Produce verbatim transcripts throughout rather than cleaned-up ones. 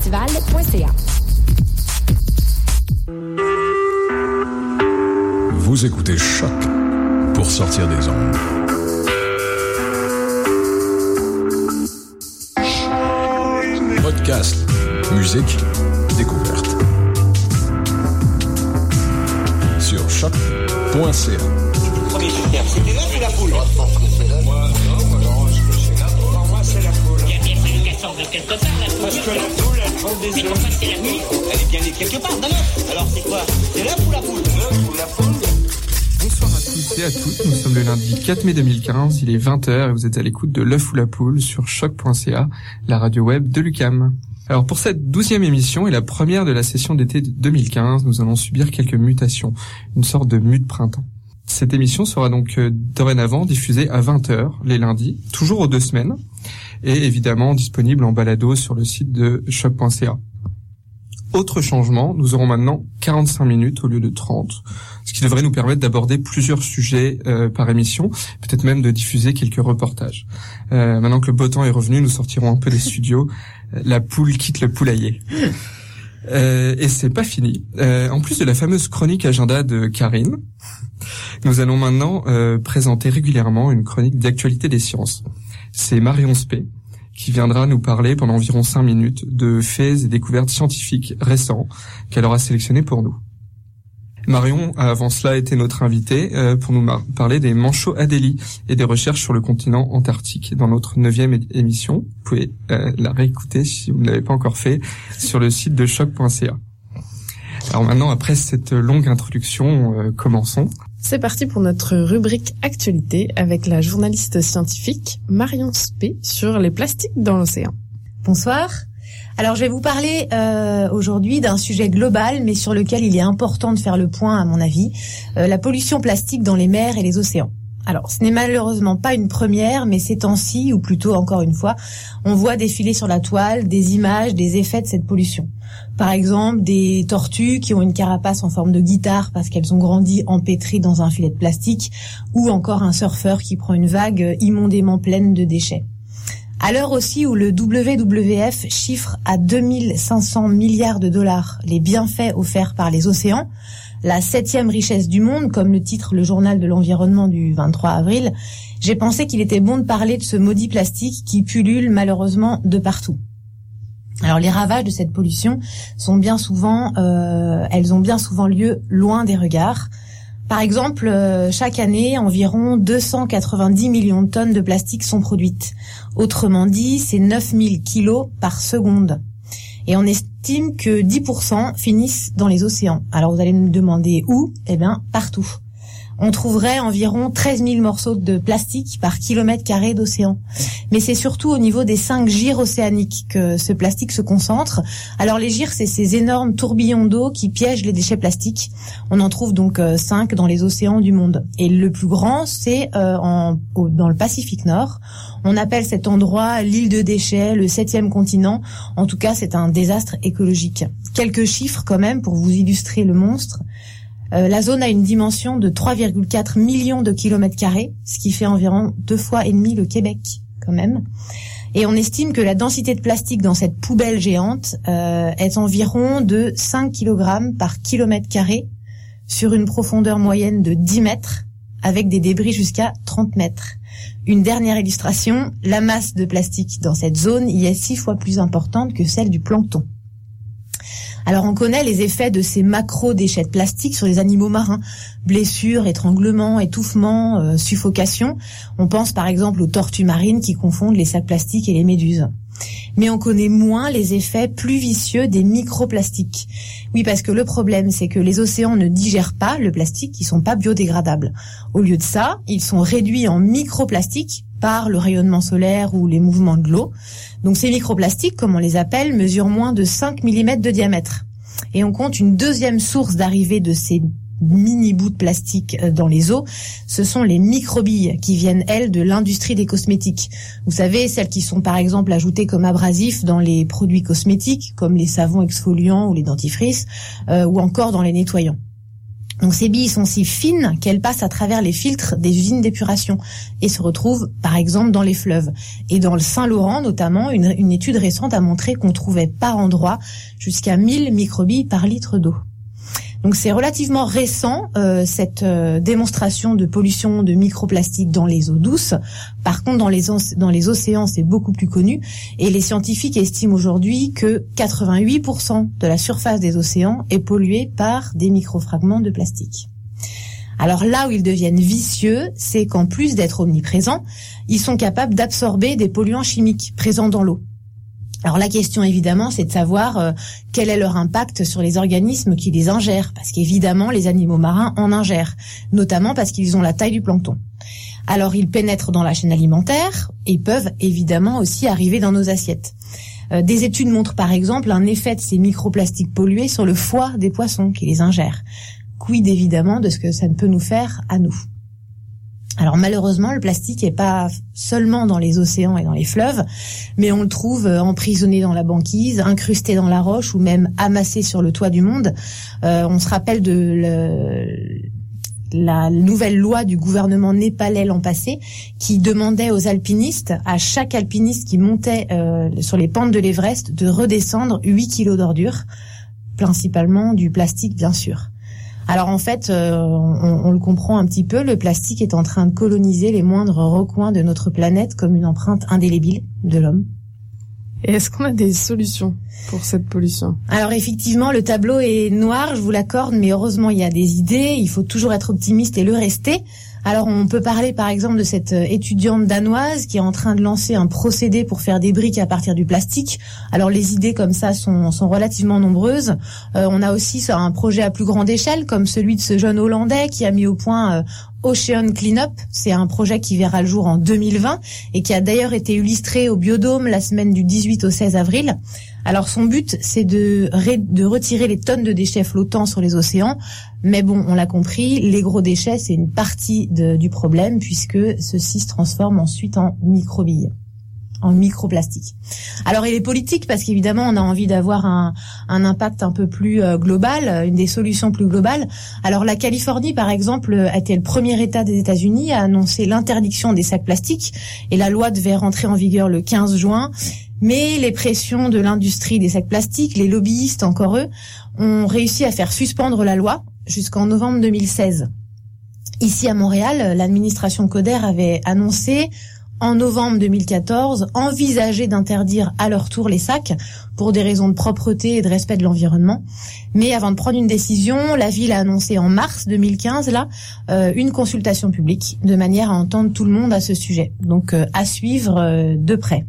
festival point c a. Vous écoutez Choc pour sortir des ondes. Podcast, musique, découverte. Sur choc point c a. Premier critère, c'était l'œuf ou la poule? Moi, je pense que c'est l'œuf. Moi, non, moi, non, je pense que c'est l'œuf. Pour moi, c'est la poule. Il y a bien fallu qu'elle sorte de quelque part, la poule. Parce que la poule, elle prend des œufs. Mais pourquoi c'est la nuit? Elle est bien née quelque part, d'un œuf. Alors, c'est quoi? C'est l'œuf ou la poule? L'œuf ou la poule? Bonsoir à tous et à toutes, nous sommes le lundi quatre mai deux mille quinze, il est vingt heures et vous êtes à l'écoute de l'œuf ou la poule sur choc point c a, la radio web de l'U Q A M. Alors pour cette douzième émission et la première de la session d'été de deux mille quinze, nous allons subir quelques mutations, une sorte de mue de printemps. Cette émission sera donc euh, dorénavant diffusée à vingt heures les lundis, toujours aux deux semaines, et évidemment disponible en balado sur le site de choc point c a. Autre changement, nous aurons maintenant quarante-cinq minutes au lieu de trente, ce qui devrait nous permettre d'aborder plusieurs sujets euh, par émission, peut-être même de diffuser quelques reportages. Euh, maintenant que le beau temps est revenu, nous sortirons un peu des studios. La poule quitte le poulailler. Euh, et c'est pas fini. Euh, en plus de la fameuse chronique agenda de Karine, nous allons maintenant euh, présenter régulièrement une chronique d'actualité des sciences. C'est Marion Spey qui viendra nous parler pendant environ cinq minutes de faits et découvertes scientifiques récents qu'elle aura sélectionnés pour nous. Marion a avant cela été notre invitée euh, pour nous mar- parler des manchots Adélie et des recherches sur le continent antarctique dans notre neuvième é- émission. Vous pouvez euh, la réécouter si vous ne l'avez pas encore fait sur le site de choc point c a. Alors maintenant, après cette longue introduction, euh, commençons. C'est parti pour notre rubrique actualité avec la journaliste scientifique Marion Spey sur les plastiques dans l'océan. Bonsoir. Alors je vais vous parler euh, aujourd'hui d'un sujet global mais sur lequel il est important de faire le point à mon avis, euh, la pollution plastique dans les mers et les océans. Alors ce n'est malheureusement pas une première, mais ces temps-ci, ou plutôt encore une fois, on voit défiler sur la toile des images des effets de cette pollution. Par exemple, des tortues qui ont une carapace en forme de guitare parce qu'elles ont grandi empêtrées dans un filet de plastique, ou encore un surfeur qui prend une vague immondément pleine de déchets. À l'heure aussi où le W W F chiffre à deux mille cinq cents milliards de dollars les bienfaits offerts par les océans, la septième richesse du monde, comme le titre le journal de l'environnement du vingt-trois avril, j'ai pensé qu'il était bon de parler de ce maudit plastique qui pullule malheureusement de partout. Alors les ravages de cette pollution sont bien souvent, euh, elles ont bien souvent lieu loin des regards. Par exemple, euh, chaque année, environ deux cent quatre-vingt-dix millions de tonnes de plastique sont produites. Autrement dit, c'est neuf mille kilos par seconde. Et on estime que dix pour cent finissent dans les océans. Alors vous allez me demander où? Eh bien, partout. On trouverait environ treize mille morceaux de plastique par kilomètre carré d'océan. Mais c'est surtout au niveau des cinq gyres océaniques que ce plastique se concentre. Alors les gyres, c'est ces énormes tourbillons d'eau qui piègent les déchets plastiques. On en trouve donc euh, cinq dans les océans du monde. Et le plus grand, c'est euh, en, au, dans le Pacifique Nord. On appelle cet endroit l'île de déchets, le septième continent. En tout cas, c'est un désastre écologique. Quelques chiffres quand même pour vous illustrer le monstre. Euh, la zone a une dimension de trois virgule quatre millions de kilomètres carrés, ce qui fait environ deux fois et demi le Québec, quand même. Et on estime que la densité de plastique dans cette poubelle géante euh, est environ de cinq kilogrammes par kilomètre carré sur une profondeur moyenne de dix mètres, avec des débris jusqu'à trente mètres. Une dernière illustration, la masse de plastique dans cette zone y est six fois plus importante que celle du plancton. Alors on connaît les effets de ces macro-déchets de plastique sur les animaux marins. Blessures, étranglements, étouffements, euh, suffocation. On pense par exemple aux tortues marines qui confondent les sacs plastiques et les méduses. Mais on connaît moins les effets plus vicieux des microplastiques. Oui, parce que le problème, c'est que les océans ne digèrent pas le plastique, ils sont pas biodégradables. Au lieu de ça, ils sont réduits en microplastiques par le rayonnement solaire ou les mouvements de l'eau. Donc ces microplastiques, comme on les appelle, mesurent moins de cinq millimètres de diamètre. Et on compte une deuxième source d'arrivée de ces mini bouts de plastique dans les eaux, ce sont les microbilles qui viennent, elles, de l'industrie des cosmétiques. Vous savez, celles qui sont par exemple ajoutées comme abrasifs dans les produits cosmétiques, comme les savons exfoliants ou les dentifrices, euh, ou encore dans les nettoyants. Donc ces billes sont si fines qu'elles passent à travers les filtres des usines d'épuration et se retrouvent par exemple dans les fleuves. Et dans le Saint-Laurent notamment, une, une étude récente a montré qu'on trouvait par endroit jusqu'à mille microbilles par litre d'eau. Donc c'est relativement récent euh, cette euh, démonstration de pollution de microplastiques dans les eaux douces. Par contre, dans les dans les océans, c'est beaucoup plus connu et les scientifiques estiment aujourd'hui que quatre-vingt-huit pour cent de la surface des océans est polluée par des microfragments de plastique. Alors là où ils deviennent vicieux, c'est qu'en plus d'être omniprésents, ils sont capables d'absorber des polluants chimiques présents dans l'eau. Alors la question évidemment, c'est de savoir euh, quel est leur impact sur les organismes qui les ingèrent, parce qu'évidemment les animaux marins en ingèrent, notamment parce qu'ils ont la taille du plancton. Alors ils pénètrent dans la chaîne alimentaire et peuvent évidemment aussi arriver dans nos assiettes. Euh, des études montrent par exemple un effet de ces microplastiques pollués sur le foie des poissons qui les ingèrent. Quid évidemment de ce que ça ne peut nous faire à nous. Alors malheureusement, le plastique n'est pas seulement dans les océans et dans les fleuves, mais on le trouve emprisonné dans la banquise, incrusté dans la roche ou même amassé sur le toit du monde. Euh, on se rappelle de le, la nouvelle loi du gouvernement népalais l'an passé qui demandait aux alpinistes, à chaque alpiniste qui montait euh, sur les pentes de l'Everest, de redescendre huit kilos d'ordures, principalement du plastique bien sûr. Alors en fait, euh, on, on le comprend un petit peu, le plastique est en train de coloniser les moindres recoins de notre planète comme une empreinte indélébile de l'homme. Et est-ce qu'on a des solutions pour cette pollution ? Alors effectivement, le tableau est noir, je vous l'accorde, mais heureusement il y a des idées, il faut toujours être optimiste et le rester. Alors on peut parler par exemple de cette étudiante danoise qui est en train de lancer un procédé pour faire des briques à partir du plastique. Alors les idées comme ça sont, sont relativement nombreuses. Euh, on a aussi un projet à plus grande échelle comme celui de ce jeune Hollandais qui a mis au point euh, Ocean Cleanup. C'est un projet qui verra le jour en deux mille vingt et qui a d'ailleurs été illustré au Biodôme la semaine du dix-huit au seize avril. Alors son but, c'est de, ré- de retirer les tonnes de déchets flottants sur les océans. Mais bon, on l'a compris, les gros déchets, c'est une partie de, du problème puisque ceux-ci se transforment ensuite en microbilles, en microplastiques. Alors il est politique parce qu'évidemment on a envie d'avoir un, un impact un peu plus euh, global, une des solutions plus globales. Alors la Californie par exemple a été le premier État des États-Unis à annoncer l'interdiction des sacs plastiques et la loi devait rentrer en vigueur le quinze juin. Mais les pressions de l'industrie des sacs plastiques, les lobbyistes encore eux, ont réussi à faire suspendre la loi jusqu'en novembre deux mille seize. Ici à Montréal, l'administration Coder avait annoncé en novembre deux mille quatorze envisager d'interdire à leur tour les sacs pour des raisons de propreté et de respect de l'environnement. Mais avant de prendre une décision, la ville a annoncé en mars deux mille quinze là euh, une consultation publique de manière à entendre tout le monde à ce sujet. Donc euh, à suivre euh, de près.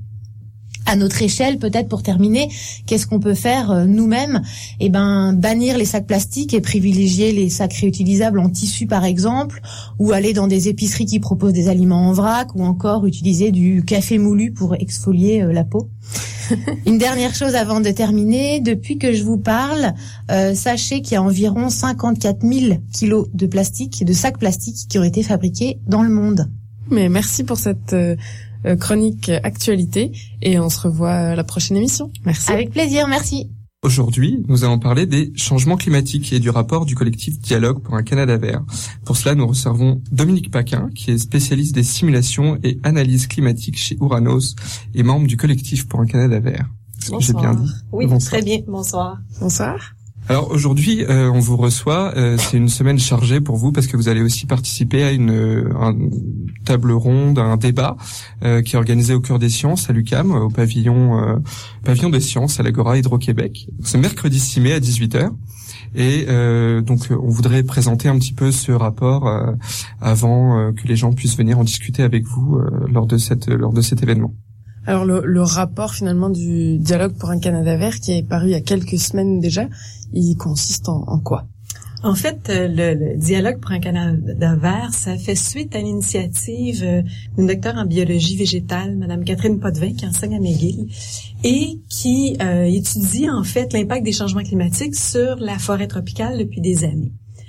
À notre échelle, peut-être pour terminer, qu'est-ce qu'on peut faire euh, nous-mêmes ? Eh ben, bannir les sacs plastiques et privilégier les sacs réutilisables en tissu, par exemple, ou aller dans des épiceries qui proposent des aliments en vrac, ou encore utiliser du café moulu pour exfolier euh, la peau. Une dernière chose avant de terminer, depuis que je vous parle, euh, sachez qu'il y a environ cinquante-quatre mille kilos de plastique, de sacs plastiques qui ont été fabriqués dans le monde. Mais merci pour cette euh, chronique actualité et on se revoit à la prochaine émission. Merci. Avec plaisir, merci. Aujourd'hui, nous allons parler des changements climatiques et du rapport du collectif Dialogue pour un Canada vert. Pour cela, nous recevons Dominique Paquin, qui est spécialiste des simulations et analyses climatiques chez Ouranos et membre du collectif pour un Canada vert. Est-ce que j'ai bien dit ? Oui, Bonsoir. Très bien. Bonsoir. Bonsoir. Alors aujourd'hui, euh, on vous reçoit. Euh, c'est une semaine chargée pour vous parce que vous allez aussi participer à une, un table ronde, à un débat euh, qui est organisé au Cœur des Sciences à l'U Q A M, au pavillon euh, pavillon des Sciences à l'Agora Hydro-Québec. C'est mercredi six mai à dix-huit heures. Et euh, donc on voudrait présenter un petit peu ce rapport euh, avant euh, que les gens puissent venir en discuter avec vous euh, lors de cette lors de cet événement. Alors le, le rapport finalement du Dialogue pour un Canada vert qui est paru il y a quelques semaines déjà, il consiste en, en quoi ? En fait, le, le Dialogue pour un Canada vert, ça fait suite à l'initiative d'une docteure en biologie végétale, Madame Catherine Potvin, qui enseigne à McGill, et qui euh, étudie en fait l'impact des changements climatiques sur la forêt tropicale depuis des années.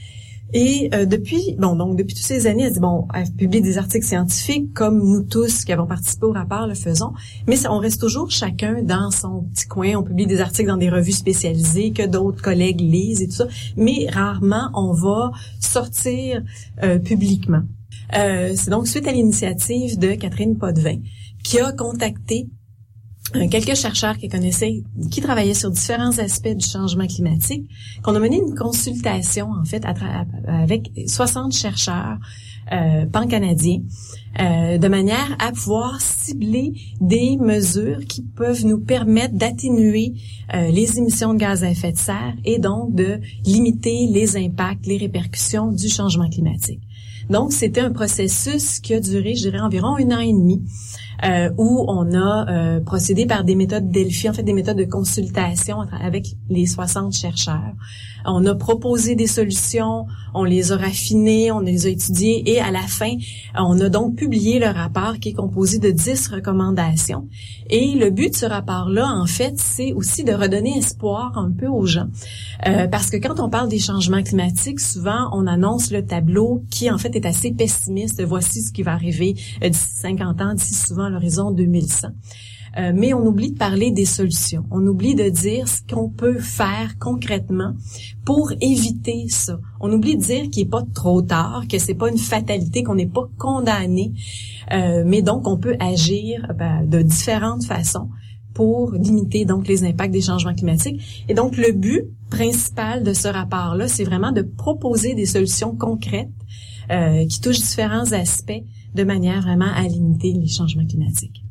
Et euh, depuis, bon, donc depuis toutes ces années, elle dit bon, elle publie des articles scientifiques comme nous tous qui avons participé au rapport le faisons, mais ça, on reste toujours chacun dans son petit coin. On publie des articles dans des revues spécialisées que d'autres collègues lisent et tout ça, mais rarement on va sortir euh, publiquement. Euh, c'est donc suite à l'initiative de Catherine Potvin qui a contacté Euh, quelques chercheurs qui connaissaient, qui travaillaient sur différents aspects du changement climatique, qu'on a mené une consultation, en fait, à tra- avec soixante chercheurs euh, pan-canadiens, euh, de manière à pouvoir cibler des mesures qui peuvent nous permettre d'atténuer euh, les émissions de gaz à effet de serre et donc de limiter les impacts, les répercussions du changement climatique. Donc, c'était un processus qui a duré, je dirais, environ un an et demi, euh, où on a euh, procédé par des méthodes Delphi, en fait, des méthodes de consultation avec les soixante chercheurs. On a proposé des solutions, on les a raffinées, on les a étudiées, et à la fin, on a donc publié le rapport qui est composé de dix recommandations. Et le but de ce rapport-là, en fait, c'est aussi de redonner espoir un peu aux gens. Euh, parce que quand on parle des changements climatiques, souvent, on annonce le tableau qui, en fait, est assez pessimiste. Voici ce qui va arriver euh, d'ici cinquante ans, d'ici souvent à l'horizon deux mille cent. Euh, mais on oublie de parler des solutions. On oublie de dire ce qu'on peut faire concrètement pour éviter ça. On oublie de dire qu'il n'est pas trop tard, que c'est pas une fatalité, qu'on n'est pas condamné, euh, mais donc on peut agir ben, de différentes façons pour limiter donc les impacts des changements climatiques. Et donc le but principal de ce rapport-là, c'est vraiment de proposer des solutions concrètes euh, qui touchent différents aspects de manière vraiment à limiter les changements climatiques.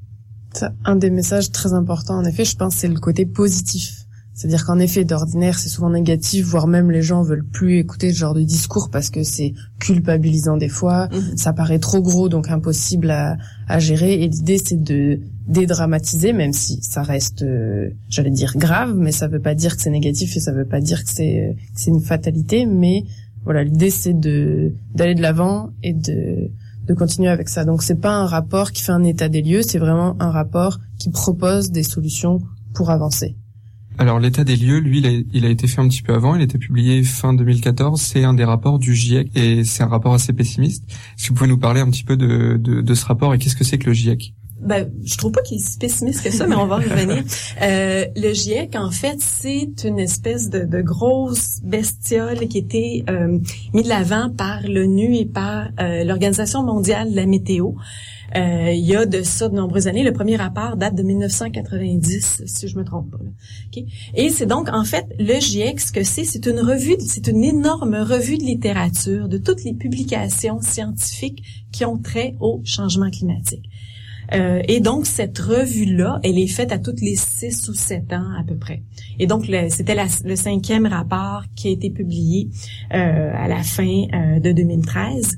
Ça, un des messages très importants, en effet, je pense, c'est le côté positif. C'est-à-dire qu'en effet, d'ordinaire, c'est souvent négatif, voire même les gens veulent plus écouter ce genre de discours parce que c'est culpabilisant des fois, mmh. ça paraît trop gros, donc impossible à, à gérer. Et l'idée, c'est de dédramatiser, même si ça reste, euh, j'allais dire grave, mais ça veut pas dire que c'est négatif et ça veut pas dire que c'est, que c'est une fatalité. Mais voilà, l'idée, c'est de d'aller de l'avant et de de continuer avec ça. Donc c'est pas un rapport qui fait un état des lieux, c'est vraiment un rapport qui propose des solutions pour avancer. Alors l'état des lieux, lui, il a, il a été fait un petit peu avant, il a été publié fin deux mille quatorze, c'est un des rapports du GIEC et c'est un rapport assez pessimiste. Est-ce que vous pouvez nous parler un petit peu de, de, de ce rapport et qu'est-ce que c'est que le GIEC? Ben, je trouve pas qu'il est si pessimiste que ça, mais on va y revenir. Euh, le GIEC, en fait, c'est une espèce de, de grosse bestiole qui était euh, mise de l'avant par l'ONU et par euh, l'Organisation mondiale de la météo. Euh, il y a de ça de nombreuses années. Le premier rapport date de mille neuf cent quatre-vingt-dix, si je me trompe pas. Là. Okay? Et c'est donc, en fait, le GIEC, ce que c'est, c'est une revue, c'est une énorme revue de littérature de toutes les publications scientifiques qui ont trait au changement climatique. Euh, et donc, cette revue-là, elle est faite à toutes les six ou sept ans à peu près. Et donc, le, c'était la, le cinquième rapport qui a été publié euh, à la fin euh, de deux mille treize.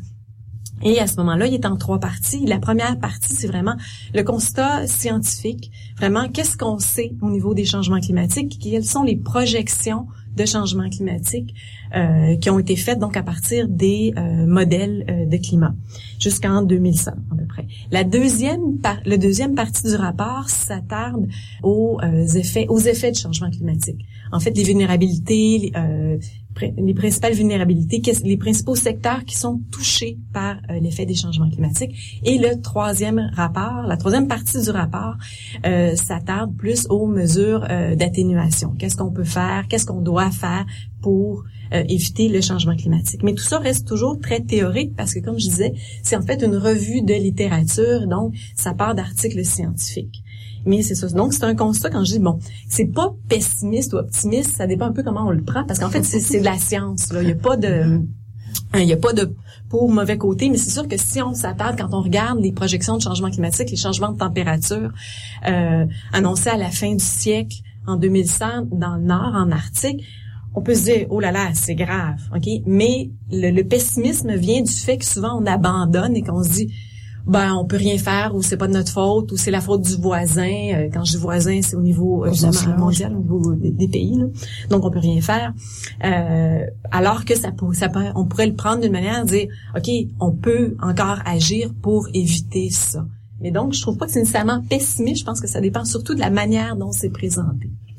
Et à ce moment-là, il est en trois parties. La première partie, c'est vraiment le constat scientifique. Vraiment, qu'est-ce qu'on sait au niveau des changements climatiques? Quelles sont les projections de changements climatiques euh, qui ont été faites donc à partir des euh, modèles euh, de climat jusqu'en deux mille cent à peu près. La deuxième par, le deuxième partie du rapport s'attarde aux euh, effets aux effets du changement climatique. En fait, les vulnérabilités, les, euh, les principales vulnérabilités, les principaux secteurs qui sont touchés par euh, l'effet des changements climatiques. Et le troisième rapport, la troisième partie du rapport euh, s'attarde plus aux mesures euh, d'atténuation. Qu'est-ce qu'on peut faire? Qu'est-ce qu'on doit faire pour euh, éviter le changement climatique? Mais tout ça reste toujours très théorique parce que, comme je disais, c'est en fait une revue de littérature, donc ça part d'articles scientifiques. Mais c'est ça. Donc, c'est un constat quand je dis, bon, c'est pas pessimiste ou optimiste, ça dépend un peu comment on le prend, parce qu'en fait, c'est, c'est de la science, là. Il y a pas de, il y a pas de pour ou mauvais côté, mais c'est sûr que si on s'attarde, quand on regarde les projections de changement climatique, les changements de température, euh, annoncés à la fin du siècle, en deux mille cent, dans le Nord, en Arctique, on peut se dire, oh là là, c'est grave, ok? Mais le, le pessimisme vient du fait que souvent on abandonne et qu'on se dit, ben on peut rien faire, ou c'est pas de notre faute, ou c'est la faute du voisin. Euh, quand je dis voisin, c'est au niveau euh, évidemment mondial, au niveau des, des pays, là. Donc on peut rien faire. Euh, alors que ça, ça on pourrait le prendre d'une manière de dire, ok, on peut encore agir pour éviter ça. Mais donc je trouve pas que c'est nécessairement pessimiste. Je pense que ça dépend surtout de la manière dont c'est présenté.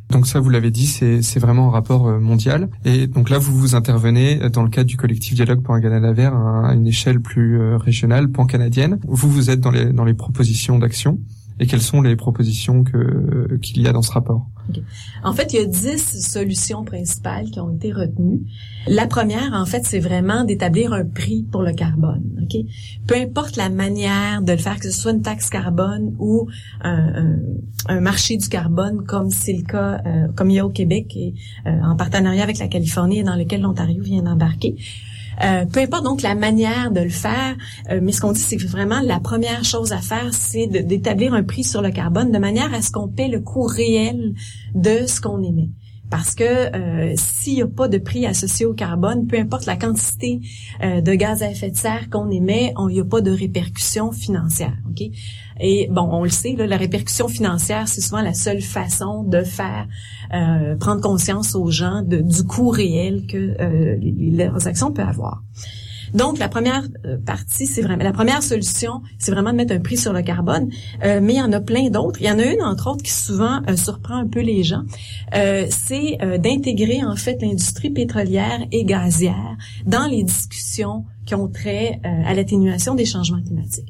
Donc ça, vous l'avez dit, c'est, c'est vraiment un rapport mondial. Et donc là, vous vous intervenez dans le cadre du collectif Dialogue pour un Canada vert à une échelle plus régionale, pan-canadienne. Vous, vous êtes dans les, dans les propositions d'action. Et quelles sont les propositions que, qu'il y a dans ce rapport? Okay. En fait, il y a dix solutions principales qui ont été retenues. La première, en fait, c'est vraiment d'établir un prix pour le carbone. Ok, peu importe la manière de le faire, que ce soit une taxe carbone ou un, un, un marché du carbone, comme c'est le cas, euh, comme il y a au Québec et euh, en partenariat avec la Californie et dans lequel l'Ontario vient d'embarquer. Euh, peu importe donc la manière de le faire, euh, mais ce qu'on dit, c'est que vraiment la première chose à faire, c'est de, d'établir un prix sur le carbone de manière à ce qu'on paie le coût réel de ce qu'on émet. Parce que euh, s'il n'y a pas de prix associé au carbone, peu importe la quantité euh, de gaz à effet de serre qu'on émet, il n'y a pas de répercussion financière. Ok. Et bon, on le sait, là, la répercussion financière, c'est souvent la seule façon de faire euh, prendre conscience aux gens de, du coût réel que euh, les, leurs actions peuvent avoir. Donc, la première partie, c'est vraiment la première solution, c'est vraiment de mettre un prix sur le carbone. Euh, mais il y en a plein d'autres. Il y en a une, entre autres, qui souvent euh, surprend un peu les gens. Euh, c'est euh, d'intégrer, en fait, l'industrie pétrolière et gazière dans les discussions qui ont trait euh, à l'atténuation des changements climatiques.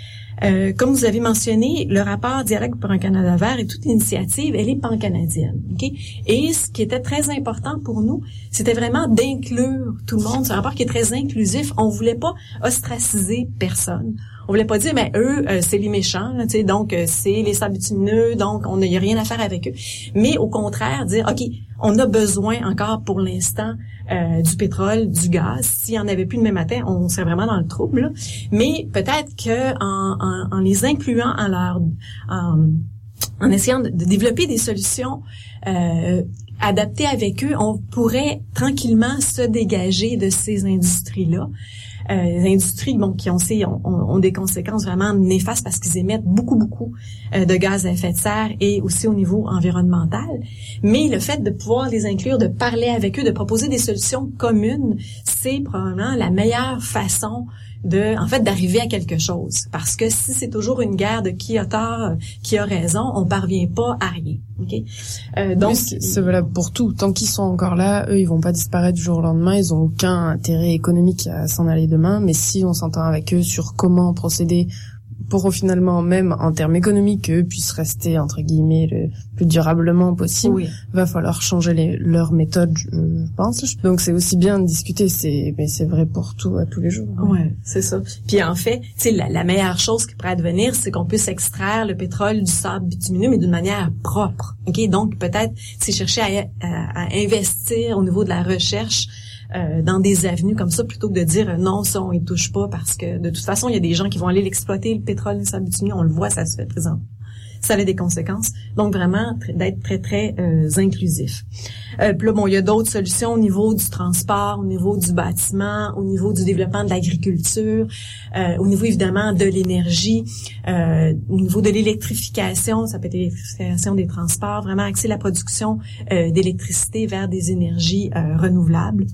Euh, comme vous avez mentionné, le rapport Dialogue pour un Canada vert et toute l'initiative, elle est pan-canadienne. Okay? Et ce qui était très important pour nous, c'était vraiment d'inclure tout le monde. C'est un rapport qui est très inclusif. On voulait pas ostraciser personne. On voulait pas dire, mais eux, euh, c'est les méchants, là, tu sais, donc euh, c'est les sables bitumineux, donc on n'a rien à faire avec eux. Mais au contraire, dire, ok, on a besoin encore pour l'instant euh, du pétrole, du gaz. S'il y en avait plus demain matin, on serait vraiment dans le trouble. Là. Mais peut-être que en, en, en les incluant en leur, en, en essayant de, de développer des solutions euh, adaptées avec eux, on pourrait tranquillement se dégager de ces industries-là. Euh, les industries bon, qui ont, ont, ont des conséquences vraiment néfastes parce qu'ils émettent beaucoup, beaucoup euh, de gaz à effet de serre et aussi au niveau environnemental. Mais le fait de pouvoir les inclure, de parler avec eux, de proposer des solutions communes, c'est probablement la meilleure façon de, en fait, d'arriver à quelque chose. Parce que si c'est toujours une guerre de qui a tort, qui a raison, on parvient pas à rien. Okay? Euh, donc, c'est, c'est valable pour tout. Tant qu'ils sont encore là, eux, ils vont pas disparaître du jour au lendemain. Ils ont aucun intérêt économique à s'en aller demain. Mais si on s'entend avec eux sur comment procéder pour finalement, même en termes économiques, qu'eux puissent rester, entre guillemets, le plus durablement possible, oui. Va falloir changer les, leurs méthodes, je pense. Donc c'est aussi bien de discuter, c'est, mais c'est vrai pour tout, à tous les jours. Ouais, ouais, c'est ça. Puis en fait, tu sais, la, la meilleure chose qui pourrait advenir, c'est qu'on puisse extraire le pétrole du sable bitumineux, mais d'une manière propre. Ok, donc peut-être, c'est chercher à, à, à investir au niveau de la recherche Euh, dans des avenues comme ça, plutôt que de dire euh, non, ça on y touche pas, parce que de toute façon il y a des gens qui vont aller l'exploiter, le pétrole, le sable bitumineux, on le voit, ça se fait présent. Ça a des conséquences. Donc vraiment tr- d'être très très euh, inclusif. Euh, puis là bon, il y a d'autres solutions au niveau du transport, au niveau du bâtiment, au niveau du développement de l'agriculture, euh, au niveau évidemment de l'énergie, euh, au niveau de l'électrification, ça peut être l'électrification des transports, vraiment axer la production euh, d'électricité vers des énergies euh, renouvelables.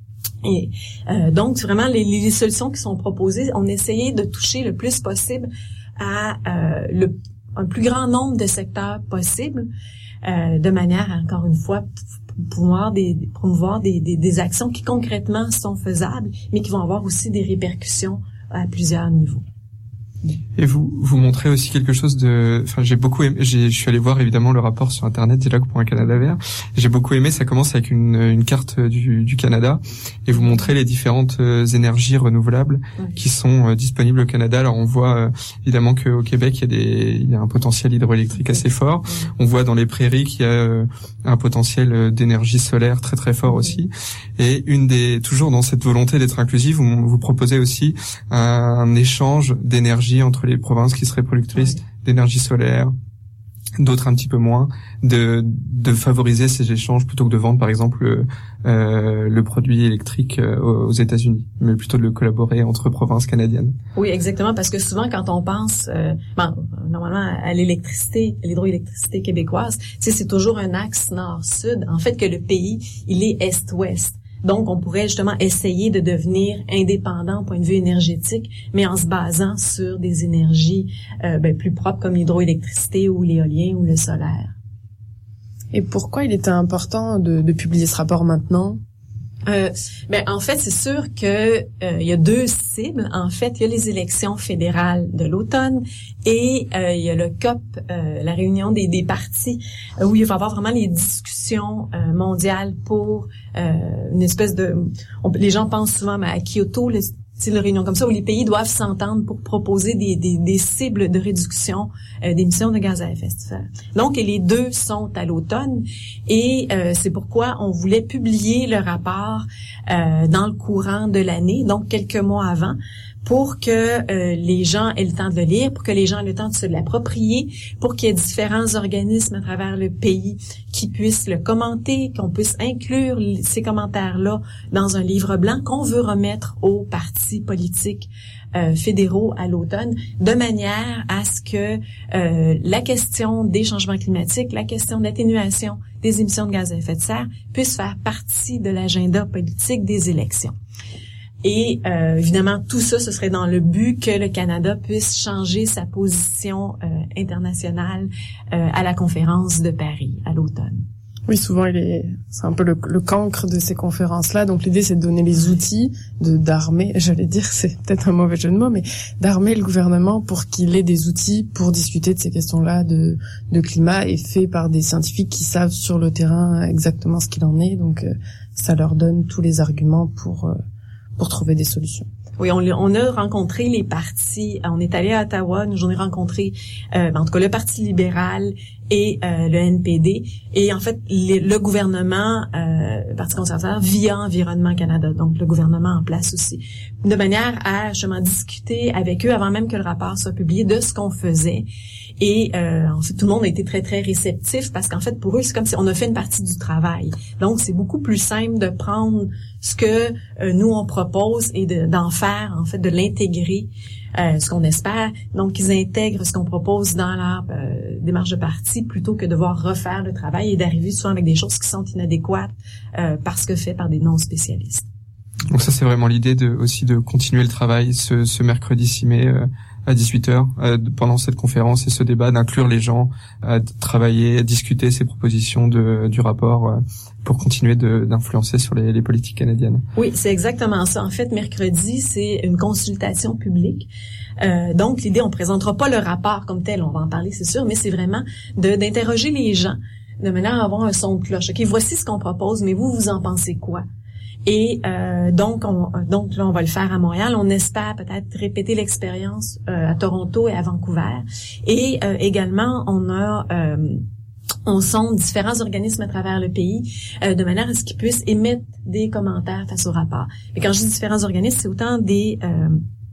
Et euh, donc, vraiment, les, les solutions qui sont proposées, on essayait de toucher le plus possible à euh, le, un plus grand nombre de secteurs possible, euh, de manière, encore une fois, pouvoir des, promouvoir des, des, des actions qui concrètement sont faisables, mais qui vont avoir aussi des répercussions à plusieurs niveaux. Et vous, vous montrez aussi quelque chose de, enfin, j'ai beaucoup aimé, j'ai, je suis allé voir évidemment le rapport sur Internet, Dialogue pour un Canada vert. J'ai beaucoup aimé, ça commence avec une, une carte du, du Canada, et vous montrez les différentes euh, énergies renouvelables oui. qui sont euh, disponibles au Canada. Alors on voit euh, évidemment qu'au Québec, il y a des, il y a un potentiel hydroélectrique assez fort. Oui. On voit dans les prairies qu'il y a euh, un potentiel d'énergie solaire très très fort oui. aussi. Et une des, toujours dans cette volonté d'être inclusive, vous, vous proposez aussi un, un échange d'énergie entre les provinces qui seraient productrices oui. d'énergie solaire, d'autres un petit peu moins, de de favoriser ces échanges plutôt que de vendre par exemple euh, le produit électrique euh, aux États-Unis, mais plutôt de le collaborer entre provinces canadiennes. Oui, exactement, parce que souvent quand on pense euh, ben, normalement à l'électricité, à l'hydroélectricité québécoise, c'est c'est toujours un axe nord-sud. En fait, que le pays, il est est-ouest. Donc, on pourrait justement essayer de devenir indépendant au point de vue énergétique, mais en se basant sur des énergies euh, ben, plus propres comme l'hydroélectricité ou l'éolien ou le solaire. Et pourquoi il était important de, de publier ce rapport maintenant? Euh, ben en fait, c'est sûr que euh, il y a deux cibles. En fait, il y a les élections fédérales de l'automne et euh, il y a le C O P, euh, la réunion des, des partis, euh, où il va y avoir vraiment les discussions euh, mondiales pour euh, une espèce de... On, les gens pensent souvent ben, à Kyoto, le c'est une réunion comme ça où les pays doivent s'entendre pour proposer des, des, des cibles de réduction euh, d'émissions de gaz à effet de serre. Donc, les deux sont à l'automne et euh, c'est pourquoi on voulait publier le rapport euh, dans le courant de l'année, donc quelques mois avant, pour que euh, les gens aient le temps de le lire, pour que les gens aient le temps de se l'approprier, pour qu'il y ait différents organismes à travers le pays qui puissent le commenter, qu'on puisse inclure ces commentaires-là dans un livre blanc qu'on veut remettre aux partis politiques euh, fédéraux à l'automne, de manière à ce que euh, la question des changements climatiques, la question d'atténuation des émissions de gaz à effet de serre puisse faire partie de l'agenda politique des élections. Et euh, évidemment, tout ça, ce serait dans le but que le Canada puisse changer sa position euh, internationale euh, à la conférence de Paris à l'automne. Oui, souvent, il est, c'est un peu le, le cancre de ces conférences-là. Donc, l'idée, c'est de donner les outils, de d'armer, j'allais dire, c'est peut-être un mauvais jeu de mots, mais d'armer le gouvernement pour qu'il ait des outils pour discuter de ces questions-là de, de climat et fait par des scientifiques qui savent sur le terrain exactement ce qu'il en est. Donc, euh, ça leur donne tous les arguments pour... Euh, pour trouver des solutions. Oui, on, on a rencontré les partis. On est allé à Ottawa, nous j'en ai rencontré, euh, en tout cas le Parti libéral et euh, le N P D. Et en fait, les, le gouvernement, euh, le Parti conservateur, via Environnement Canada, donc le gouvernement en place aussi, de manière à justement discuter avec eux avant même que le rapport soit publié de ce qu'on faisait. Et euh, en fait, tout le monde a été très, très réceptif parce qu'en fait, pour eux, c'est comme si on a fait une partie du travail. Donc, c'est beaucoup plus simple de prendre ce que euh, nous, on propose et de, d'en faire, en fait, de l'intégrer, euh, ce qu'on espère. Donc, qu'ils intègrent ce qu'on propose dans leur euh, démarche de parti plutôt que de devoir refaire le travail et d'arriver souvent avec des choses qui sont inadéquates euh, parce que fait par des non-spécialistes. Donc ça, c'est vraiment l'idée de aussi de continuer le travail ce, ce mercredi six mai euh, à dix-huit heures euh, pendant cette conférence et ce débat, d'inclure les gens à travailler, à discuter ces propositions de, du rapport euh, pour continuer de, d'influencer sur les, les politiques canadiennes. Oui, c'est exactement ça. En fait, mercredi, c'est une consultation publique. Euh, donc, l'idée, on présentera pas le rapport comme tel, on va en parler, c'est sûr, mais c'est vraiment de, d'interroger les gens de manière à avoir un son de cloche. OK, voici ce qu'on propose, mais vous, vous en pensez quoi? Et euh, donc, on, donc là, on va le faire à Montréal. On espère peut-être répéter l'expérience euh, à Toronto et à Vancouver. Et euh, également, on a... Euh, on sonde différents organismes à travers le pays euh, de manière à ce qu'ils puissent émettre des commentaires face au rapport. Et quand je dis différents organismes, c'est autant des... Euh,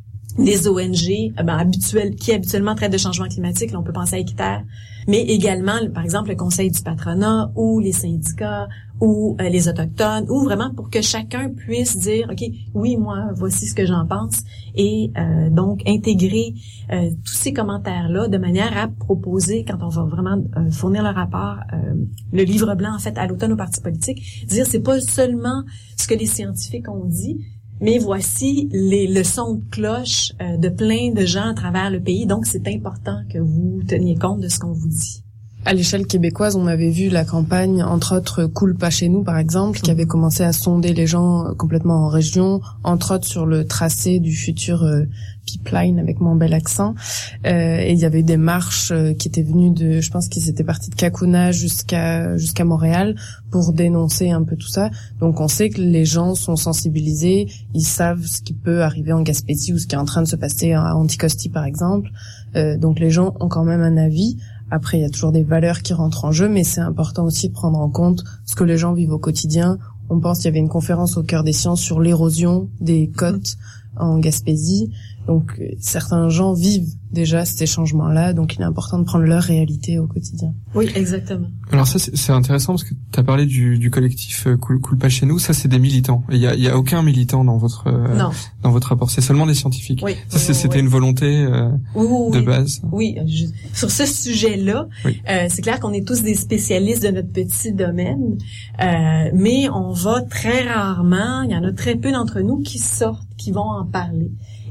des O N G ben, habituels, qui habituellement traitent de changement climatique, là on peut penser à Équiterre, mais également, par exemple, le Conseil du patronat ou les syndicats ou euh, les Autochtones, ou vraiment pour que chacun puisse dire, OK, oui, moi, voici ce que j'en pense, et euh, donc intégrer euh, tous ces commentaires-là de manière à proposer, quand on va vraiment euh, fournir le rapport, euh, le livre blanc, en fait, à l'automne aux partis politiques, dire c'est pas seulement ce que les scientifiques ont dit, mais voici les leçons de cloche euh, de plein de gens à travers le pays. Donc, c'est important que vous teniez compte de ce qu'on vous dit. À l'échelle québécoise, on avait vu la campagne, entre autres, Coule pas chez nous, par exemple, qui avait commencé à sonder les gens complètement en région, entre autres sur le tracé du futur euh, pipeline, avec mon bel accent. Euh, et il y avait des marches euh, qui étaient venues de, je pense qu'ils étaient partis de Kakuna jusqu'à jusqu'à Montréal pour dénoncer un peu tout ça. Donc on sait que les gens sont sensibilisés, ils savent ce qui peut arriver en Gaspésie ou ce qui est en train de se passer à Anticosti, par exemple. Euh, donc les gens ont quand même un avis. Après, il y a toujours des valeurs qui rentrent en jeu, mais c'est important aussi de prendre en compte ce que les gens vivent au quotidien. On pense qu'il y avait une conférence au Cœur des Sciences sur l'érosion des côtes en Gaspésie. Donc, certains gens vivent déjà ces changements-là, donc il est important de prendre leur réalité au quotidien. Oui, exactement. Alors ça, c'est, c'est intéressant parce que tu as parlé du, du collectif Coule, Coule pas chez nous. Ça, c'est des militants. Il y a, il y a aucun militant dans votre euh, dans votre rapport. C'est seulement des scientifiques. Oui. Ça, c'est, c'était oui. une volonté euh, oui, oui, de oui. base. Oui. Je, sur ce sujet-là, oui. euh, c'est clair qu'on est tous des spécialistes de notre petit domaine, euh, mais on va très rarement. Il y en a très peu d'entre nous qui sortent, qui vont en parler.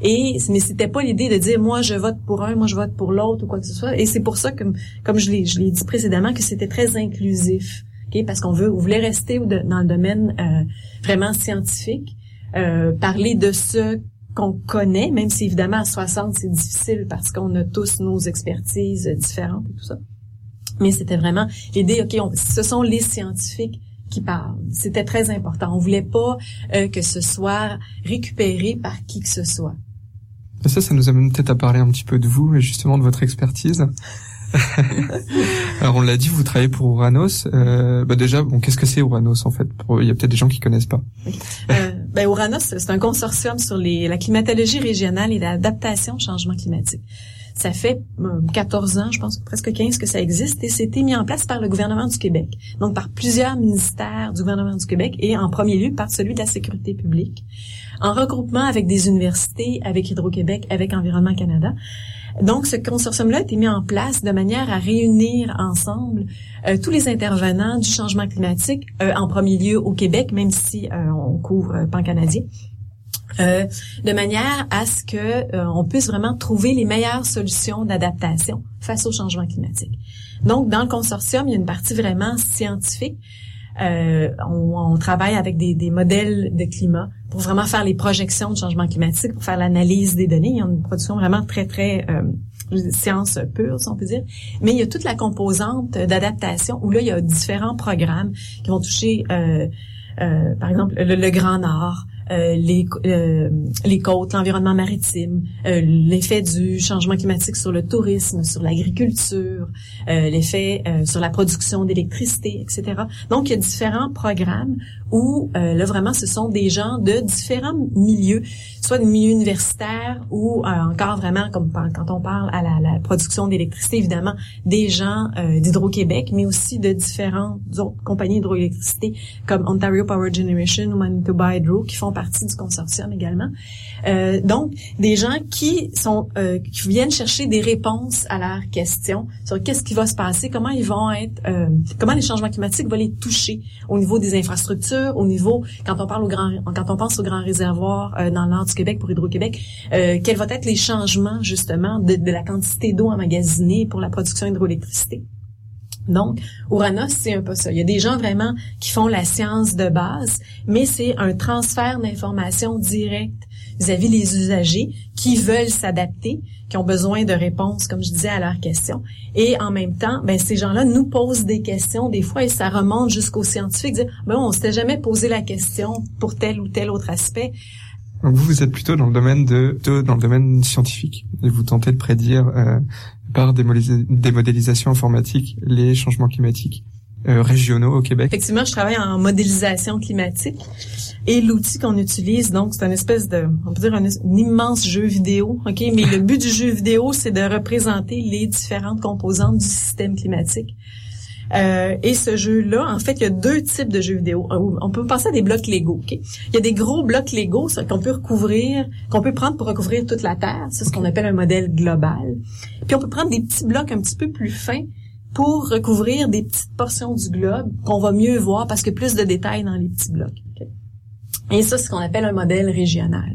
Et mais c'était pas l'idée de dire moi je vote pour un, moi je vote pour l'autre ou quoi que ce soit. Et c'est pour ça que comme je l'ai je l'ai dit précédemment que c'était très inclusif, ok, parce qu'on veut on voulait rester dans le domaine euh, vraiment scientifique, euh, parler de ce qu'on connaît, même si évidemment à soixante c'est difficile parce qu'on a tous nos expertises différentes et tout ça. Mais c'était vraiment l'idée, ok, on, ce sont les scientifiques qui parlent. C'était très important. On voulait pas euh, que ce soit récupéré par qui que ce soit. Et ça, ça nous amène peut-être à parler un petit peu de vous et justement de votre expertise. Alors on l'a dit, vous travaillez pour Ouranos. Euh, bah déjà, bon, qu'est-ce que c'est Ouranos en fait? Il y a peut-être des gens qui connaissent pas. Euh, ben Ouranos, c'est un consortium sur les, la climatologie régionale et l'adaptation au changement climatique. Ça fait quatorze ans, je pense presque quinze que ça existe et c'était mis en place par le gouvernement du Québec. Donc par plusieurs ministères du gouvernement du Québec et en premier lieu par celui de la sécurité publique. En regroupement avec des universités, avec Hydro-Québec, avec Environnement Canada. Donc ce consortium-là a été mis en place de manière à réunir ensemble euh, tous les intervenants du changement climatique, euh, en premier lieu au Québec, même si euh, on couvre euh, pan-canadien. Euh, de manière à ce que euh, on puisse vraiment trouver les meilleures solutions d'adaptation face au changement climatique. Donc, dans le consortium, il y a une partie vraiment scientifique. Euh, on, on travaille avec des, des modèles de climat pour vraiment faire les projections de changement climatique, pour faire l'analyse des données. Il y a une production vraiment très, très euh, science pure, si on peut dire. Mais il y a toute la composante d'adaptation où là, il y a différents programmes qui vont toucher, euh, euh, par exemple, le, le Grand Nord, Euh, les, euh, les côtes, l'environnement maritime, euh, l'effet du changement climatique sur le tourisme, sur l'agriculture, euh, l'effet euh, sur la production d'électricité, et cetera. Donc, il y a différents programmes où, euh, là, vraiment, ce sont des gens de différents milieux, soit des milieux universitaires ou euh, encore vraiment, comme quand on parle à la, la production d'électricité, évidemment, des gens euh, d'Hydro-Québec, mais aussi de différentes autres compagnies d'hydroélectricité comme Ontario Power Generation ou Manitoba Hydro, qui font partie du consortium également. Euh, donc, des gens qui sont euh, qui viennent chercher des réponses à leurs questions sur qu'est-ce qui va se passer, comment ils vont être, euh, comment les changements climatiques vont les toucher au niveau des infrastructures, au niveau quand on parle au grand, quand on pense aux grands réservoirs euh, dans le nord du Québec pour Hydro-Québec, euh, quels vont être les changements justement de, de la quantité d'eau emmagasinée pour la production d'hydroélectricité. Donc, Ouranos, c'est un peu ça. Il y a des gens vraiment qui font la science de base, mais c'est un transfert d'informations directes vis-à-vis des usagers qui veulent s'adapter, qui ont besoin de réponses, comme je disais, à leurs questions. Et en même temps, ben ces gens-là nous posent des questions des fois et ça remonte jusqu'aux scientifiques. Dire, ben on s'était jamais posé la question pour tel ou tel autre aspect. Donc vous, vous êtes plutôt dans le domaine de, de dans le domaine scientifique et vous tentez de prédire euh, par des, modélis- des modélisations informatiques les changements climatiques euh, régionaux au Québec. Effectivement, je travaille en modélisation climatique et l'outil qu'on utilise, donc c'est une espèce de, on peut dire un, un immense jeu vidéo, ok. Mais le but du jeu vidéo, c'est de représenter les différentes composantes du système climatique. Euh, et ce jeu-là, en fait, il y a deux types de jeux vidéo. On peut penser à des blocs Lego. Okay? Il y a des gros blocs Lego ça, qu'on peut recouvrir, qu'on peut prendre pour recouvrir toute la Terre. C'est ce qu'on appelle un modèle global. Puis on peut prendre des petits blocs un petit peu plus fins pour recouvrir des petites portions du globe qu'on va mieux voir parce qu'il y a plus de détails dans les petits blocs. Okay? Et ça, c'est ce qu'on appelle un modèle régional.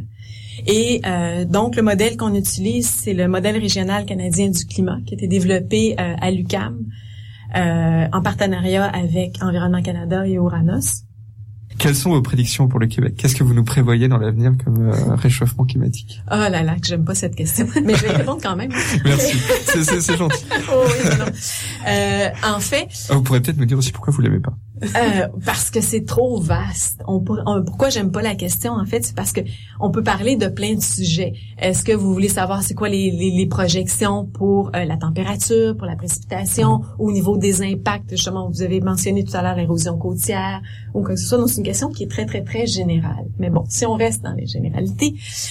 Et euh, donc, le modèle qu'on utilise, c'est le modèle régional canadien du climat qui a été développé euh, à l'U Q A M. Euh, en partenariat avec Environnement Canada et Ouranos. Quelles sont vos prédictions pour le Québec? Qu'est-ce que vous nous prévoyez dans l'avenir comme euh, réchauffement climatique? Oh là là, que j'aime pas cette question, mais je vais répondre quand même. Merci, c'est, c'est, c'est gentil. Oh oui, non, non. Euh, en fait... Ah, vous pourrez peut-être me dire aussi pourquoi vous l'aimez pas. Euh, parce que c'est trop vaste. On, on, pourquoi j'aime pas la question, en fait, c'est parce que on peut parler de plein de sujets. Est-ce que vous voulez savoir c'est quoi les, les, les projections pour euh, la température, pour la précipitation, mmh. au niveau des impacts, justement, vous avez mentionné tout à l'heure l'érosion côtière, ou quoi que ce soit. Donc, c'est une question qui est très, très, très générale. Mais bon, si on reste dans les généralités,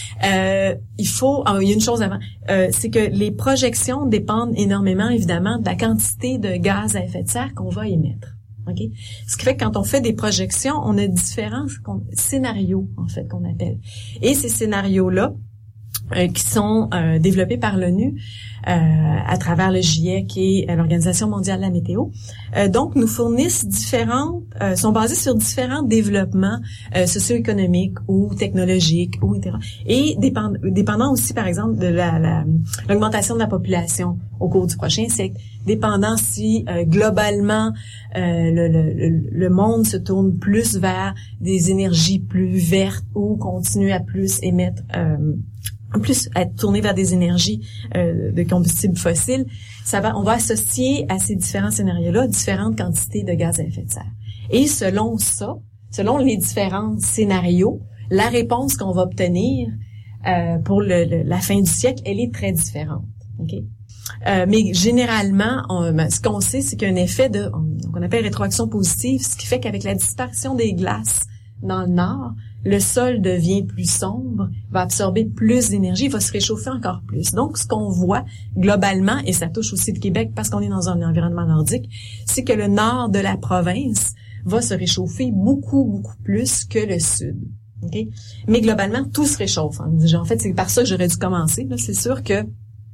euh, il faut... Ah, il y a une chose avant, euh, c'est que les projections dépendent énormément, évidemment, de la quantité de gaz à effet de serre qu'on va émettre. Okay? Ce qui fait que quand on fait des projections, on a différents scénarios, en fait, qu'on appelle. Et ces scénarios-là euh, qui sont euh, développés par l'ONU euh, à travers le GIEC et euh, l'Organisation mondiale de la météo. Euh, donc, nous fournissent différentes, euh, sont basés sur différents développements euh, socio-économiques ou technologiques ou et cetera. Et dépend, dépendant aussi, par exemple, de la, la, l'augmentation de la population au cours du prochain siècle, dépendant si euh, globalement euh, le, le, le monde se tourne plus vers des énergies plus vertes ou continue à plus émettre euh, en plus à être tourné vers des énergies euh, de combustibles fossiles, ça va, on va associer à ces différents scénarios-là différentes quantités de gaz à effet de serre. Et selon ça, selon les différents scénarios, la réponse qu'on va obtenir euh, pour le, le, la fin du siècle, elle est très différente. Okay? Euh, mais généralement, on, ben, ce qu'on sait, c'est qu'il y a un effet de, on, qu'on appelle rétroaction positive, ce qui fait qu'avec la disparition des glaces dans le nord, le sol devient plus sombre, va absorber plus d'énergie, va se réchauffer encore plus. Donc, ce qu'on voit globalement, et ça touche aussi le Québec parce qu'on est dans un environnement nordique, c'est que le nord de la province va se réchauffer beaucoup, beaucoup plus que le sud. Okay? Mais globalement, tout se réchauffe. En fait, c'est par ça que j'aurais dû commencer. Là. C'est sûr que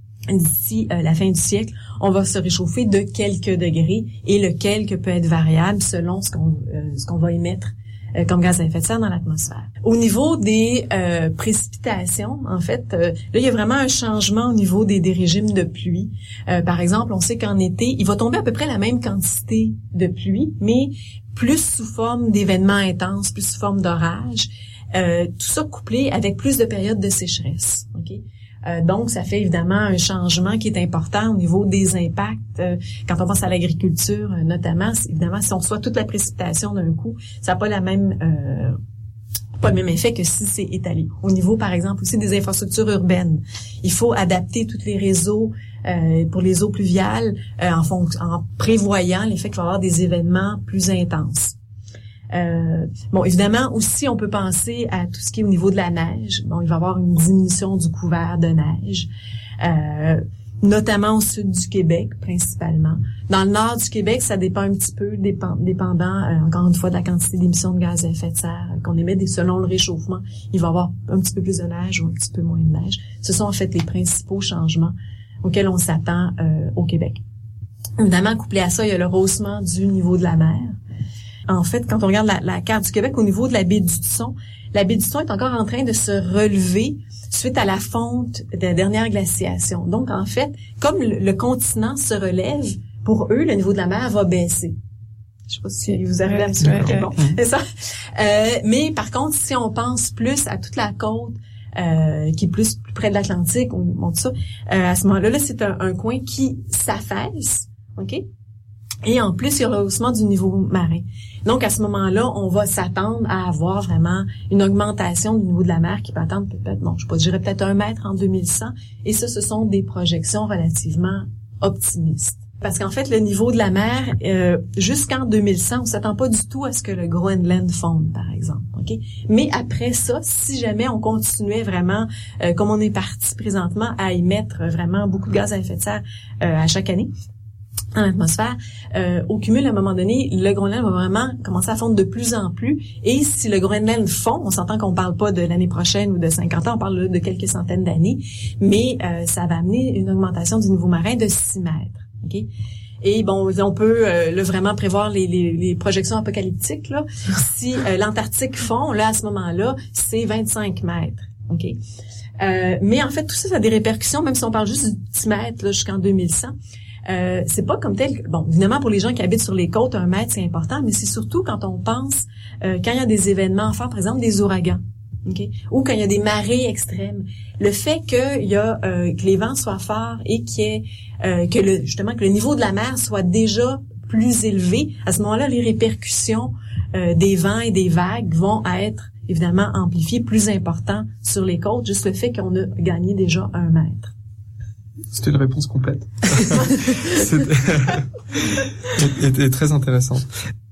d'ici euh, la fin du siècle, on va se réchauffer de quelques degrés et le quelque peut être variable selon ce qu'on, euh, ce qu'on va émettre comme gaz à effet de serre dans l'atmosphère. Au niveau des euh, précipitations, en fait, euh, là, il y a vraiment un changement au niveau des, des régimes de pluie. Euh, par exemple, on sait qu'en été, il va tomber à peu près la même quantité de pluie, mais plus sous forme d'événements intenses, plus sous forme d'orages. Euh, tout ça couplé avec plus de périodes de sécheresse. Okay? Euh, donc, ça fait évidemment un changement qui est important au niveau des impacts. Euh, quand on pense à l'agriculture, euh, notamment, évidemment, si on reçoit toute la précipitation d'un coup, ça n'a pas la même, euh, pas le même effet que si c'est étalé. Au niveau, par exemple, aussi des infrastructures urbaines, il faut adapter tous les réseaux euh, pour les eaux pluviales euh, en, fon- en prévoyant l'effet qu'il va y avoir des événements plus intenses. Euh, bon, évidemment, aussi, on peut penser à tout ce qui est au niveau de la neige. Bon, il va y avoir une diminution du couvert de neige, euh, notamment au sud du Québec, principalement. Dans le nord du Québec, ça dépend un petit peu, dépend, dépendant, euh, encore une fois, de la quantité d'émissions de gaz à effet de serre qu'on émet. Des, selon le réchauffement, il va y avoir un petit peu plus de neige ou un petit peu moins de neige. Ce sont en fait les principaux changements auxquels on s'attend euh, au Québec. Évidemment, couplé à ça, il y a le rehaussement du niveau de la mer. En fait, quand on regarde la, la carte du Québec au niveau de la baie d'Hudson, la baie d'Hudson est encore en train de se relever suite à la fonte de la dernière glaciation. Donc, en fait, comme le, le continent se relève, pour eux, le niveau de la mer va baisser. Je sais pas si vous arrivez à me suivre. Ouais, bon, c'est ça. Euh, mais par contre, si on pense plus à toute la côte, euh, qui est plus, plus près de l'Atlantique, on montre ça, euh, à ce moment-là, là, c'est un, un coin qui s'affaisse, ok? Et en plus, il y a le rehaussement du niveau marin. Donc, à ce moment-là, on va s'attendre à avoir vraiment une augmentation du niveau de la mer qui peut atteindre peut-être, bon, je sais pas, je dirais peut-être un mètre en deux mille cent. Et ça, ce sont des projections relativement optimistes. Parce qu'en fait, le niveau de la mer, euh, jusqu'en deux mille cent, on s'attend pas du tout à ce que le Groenland fonde, par exemple. Ok. Mais après ça, si jamais on continuait vraiment, euh, comme on est parti présentement, à émettre vraiment beaucoup de gaz à effet de serre euh, à chaque année, en atmosphère, euh, au cumul, à un moment donné, le Groenland va vraiment commencer à fondre de plus en plus. Et si le Groenland fond, on s'entend qu'on parle pas de l'année prochaine ou de cinquante ans, on parle de quelques centaines d'années, mais euh, ça va amener une augmentation du niveau marin de six mètres. Okay? Et bon, on peut euh, là, vraiment prévoir les, les, les projections apocalyptiques. Là. Si euh, l'Antarctique fond, là, à ce moment-là, c'est vingt-cinq mètres. Okay? Euh, mais en fait, tout ça, ça a des répercussions, même si on parle juste du dix mètres là, jusqu'en deux mille cent. Euh, c'est pas comme tel, bon, évidemment pour les gens qui habitent sur les côtes, un mètre c'est important, mais c'est surtout quand on pense, euh, quand il y a des événements forts, par exemple des ouragans, okay? Ou quand il y a des marées extrêmes. Le fait que il y a euh, que les vents soient forts et qu'il y ait, euh, que le justement que le niveau de la mer soit déjà plus élevé, à ce moment-là, les répercussions euh, des vents et des vagues vont être évidemment amplifiées, plus importantes sur les côtes, juste le fait qu'on a gagné déjà un mètre. C'était une réponse complète. C'était et, et très intéressante.